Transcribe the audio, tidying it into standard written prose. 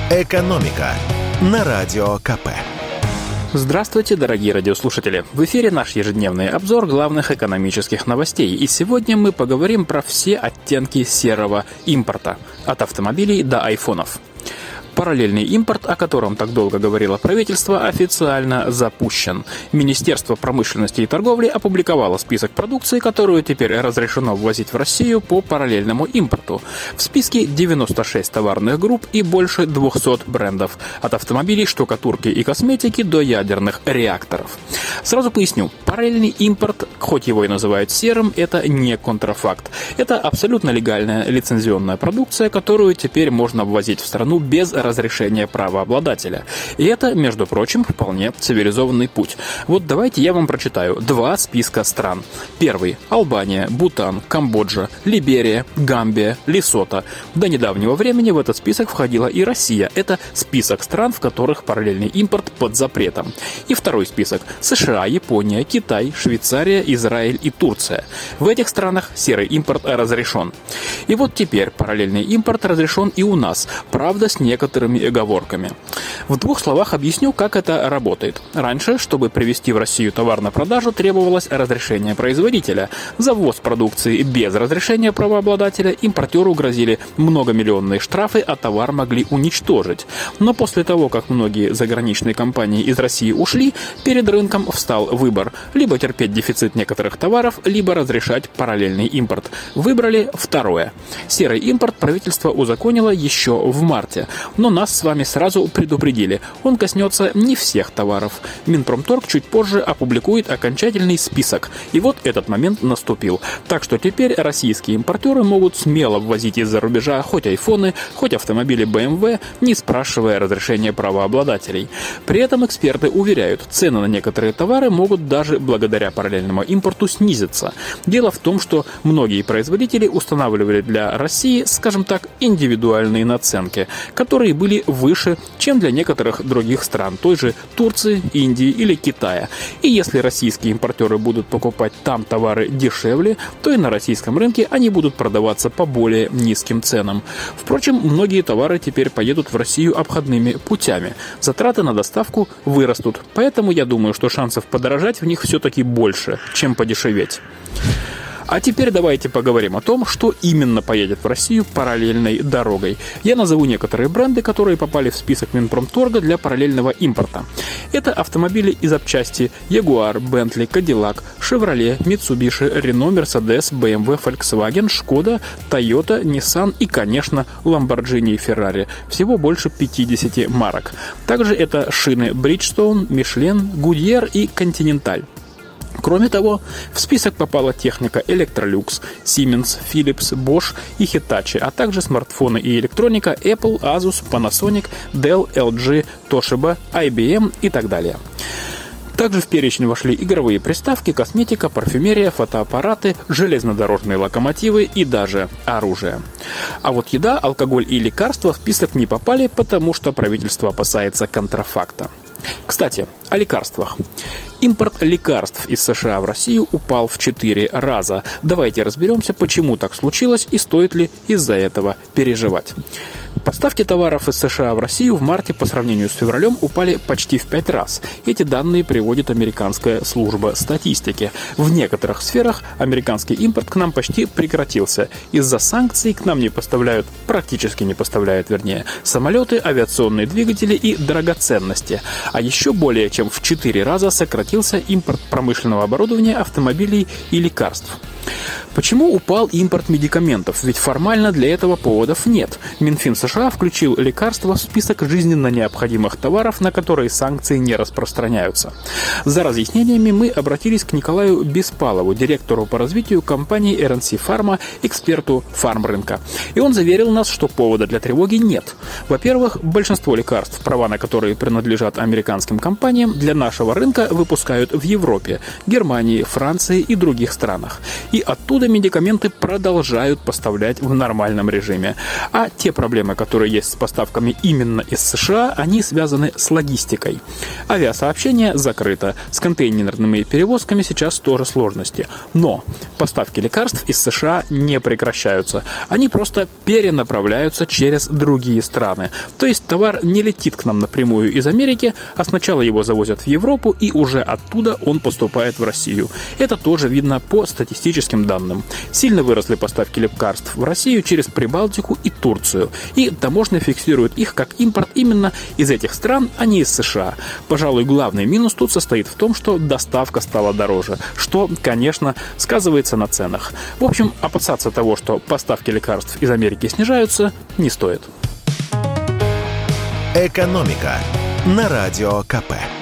«Экономика» на Радио КП. Здравствуйте, дорогие радиослушатели! В эфире наш ежедневный обзор главных экономических новостей. И сегодня мы поговорим про все оттенки серого импорта. От автомобилей до айфонов. Параллельный импорт, о котором так долго говорило правительство, официально запущен. Министерство промышленности и торговли опубликовало список продукции, которую теперь разрешено ввозить в Россию по параллельному импорту. В списке 96 товарных групп и больше 200 брендов. От автомобилей, штукатурки и косметики до ядерных реакторов. Сразу поясню, параллельный импорт, хоть его и называют серым, это не контрафакт. Это абсолютно легальная лицензионная продукция, которую теперь можно ввозить в страну без разрешения правообладателя. И это, между прочим, вполне цивилизованный путь. Вот давайте я вам прочитаю два списка стран. Первый – Албания, Бутан, Камбоджа, Либерия, Гамбия, Лесото. До недавнего времени в этот список входила и Россия. Это список стран, в которых параллельный импорт под запретом. И второй список – США, Япония, Китай, Швейцария, Израиль и Турция. В этих странах серый импорт разрешен. И вот теперь параллельный импорт разрешен и у нас, правда, с некоторыми оговорками. В двух словах объясню, как это работает. Раньше, чтобы привезти в Россию товар на продажу, требовалось разрешение производителя. За ввоз продукции без разрешения правообладателя импортеру грозили многомиллионные штрафы, а товар могли уничтожить. Но после того, как многие заграничные компании из России ушли, перед рынком встал выбор: либо терпеть дефицит некоторых товаров, либо разрешать параллельный импорт. Выбрали второе. Серый импорт правительство узаконило еще в марте. Но нас с вами сразу предупредили, он коснется не всех товаров. Минпромторг чуть позже опубликует окончательный список. И вот этот момент наступил. Так что теперь российские импортеры могут смело ввозить из-за рубежа хоть айфоны, хоть автомобили BMW, не спрашивая разрешения правообладателей. При этом эксперты уверяют, цены на некоторые товары могут даже благодаря параллельному импорту снизиться. Дело в том, что многие производители устанавливали для России, скажем так, индивидуальные наценки, которые были выше, чем для некоторых других стран, той же Турции, Индии или Китая. И если российские импортеры будут покупать там товары дешевле, то и на российском рынке они будут продаваться по более низким ценам. Впрочем, многие товары теперь поедут в Россию обходными путями. Затраты на доставку вырастут, поэтому я думаю, что шансов подорожать в них все-таки больше, чем подешеветь. А теперь давайте поговорим о том, что именно поедет в Россию параллельной дорогой. Я назову некоторые бренды, которые попали в список Минпромторга для параллельного импорта. Это автомобили и запчасти Jaguar, Bentley, Cadillac, Chevrolet, Mitsubishi, Renault, Mercedes, BMW, Volkswagen, Skoda, Toyota, Nissan и, конечно, Lamborghini и Ferrari. Всего больше 50 марок. Также это шины Bridgestone, Michelin, Goodyear и Continental. Кроме того, в список попала техника Electrolux, Siemens, Philips, Bosch и Hitachi, а также смартфоны и электроника Apple, Asus, Panasonic, Dell, LG, Toshiba, IBM и так далее. Также в перечень вошли игровые приставки, косметика, парфюмерия, фотоаппараты, железнодорожные локомотивы и даже оружие. А вот еда, алкоголь и лекарства в список не попали, потому что правительство опасается контрафакта. Кстати, о лекарствах. Импорт лекарств из США в Россию упал в 4 раза. Давайте разберемся, почему так случилось и стоит ли из-за этого переживать. Поставки товаров из США в Россию в марте по сравнению с февралем упали почти в 5 раз. Эти данные приводит американская служба статистики. В некоторых сферах американский импорт к нам почти прекратился. Из-за санкций к нам практически не поставляют, самолеты, авиационные двигатели и драгоценности. А еще более чем в 4 раза сократился импорт промышленного оборудования, автомобилей и лекарств. Почему упал импорт медикаментов? Ведь формально для этого поводов нет. Минфин США включил лекарства в список жизненно необходимых товаров, на которые санкции не распространяются. За разъяснениями мы обратились к Николаю Беспалову, директору по развитию компании RNC Pharma, эксперту фармрынка. И он заверил нас, что повода для тревоги нет. Во-первых, большинство лекарств, права на которые принадлежат американским компаниям, для нашего рынка выпускают в Европе, Германии, Франции и других странах. и оттуда медикаменты продолжают поставлять в нормальном режиме. А те проблемы, которые есть с поставками именно из США, они связаны с логистикой. Авиасообщение закрыто, с контейнерными перевозками сейчас тоже сложности. Но поставки лекарств из США не прекращаются. Они просто перенаправляются через другие страны. То есть товар не летит к нам напрямую из Америки, а сначала его завозят в Европу, и уже оттуда он поступает в Россию. Это тоже видно по статистическим данным. Сильно выросли поставки лекарств в Россию через Прибалтику и Турцию. И таможня фиксирует их как импорт именно из этих стран, а не из США. Пожалуй, главный минус тут состоит в том, что доставка стала дороже, что, конечно, сказывается на ценах. В общем, опасаться того, что поставки лекарств из Америки снижаются, не стоит. «Экономика» на Радио КП.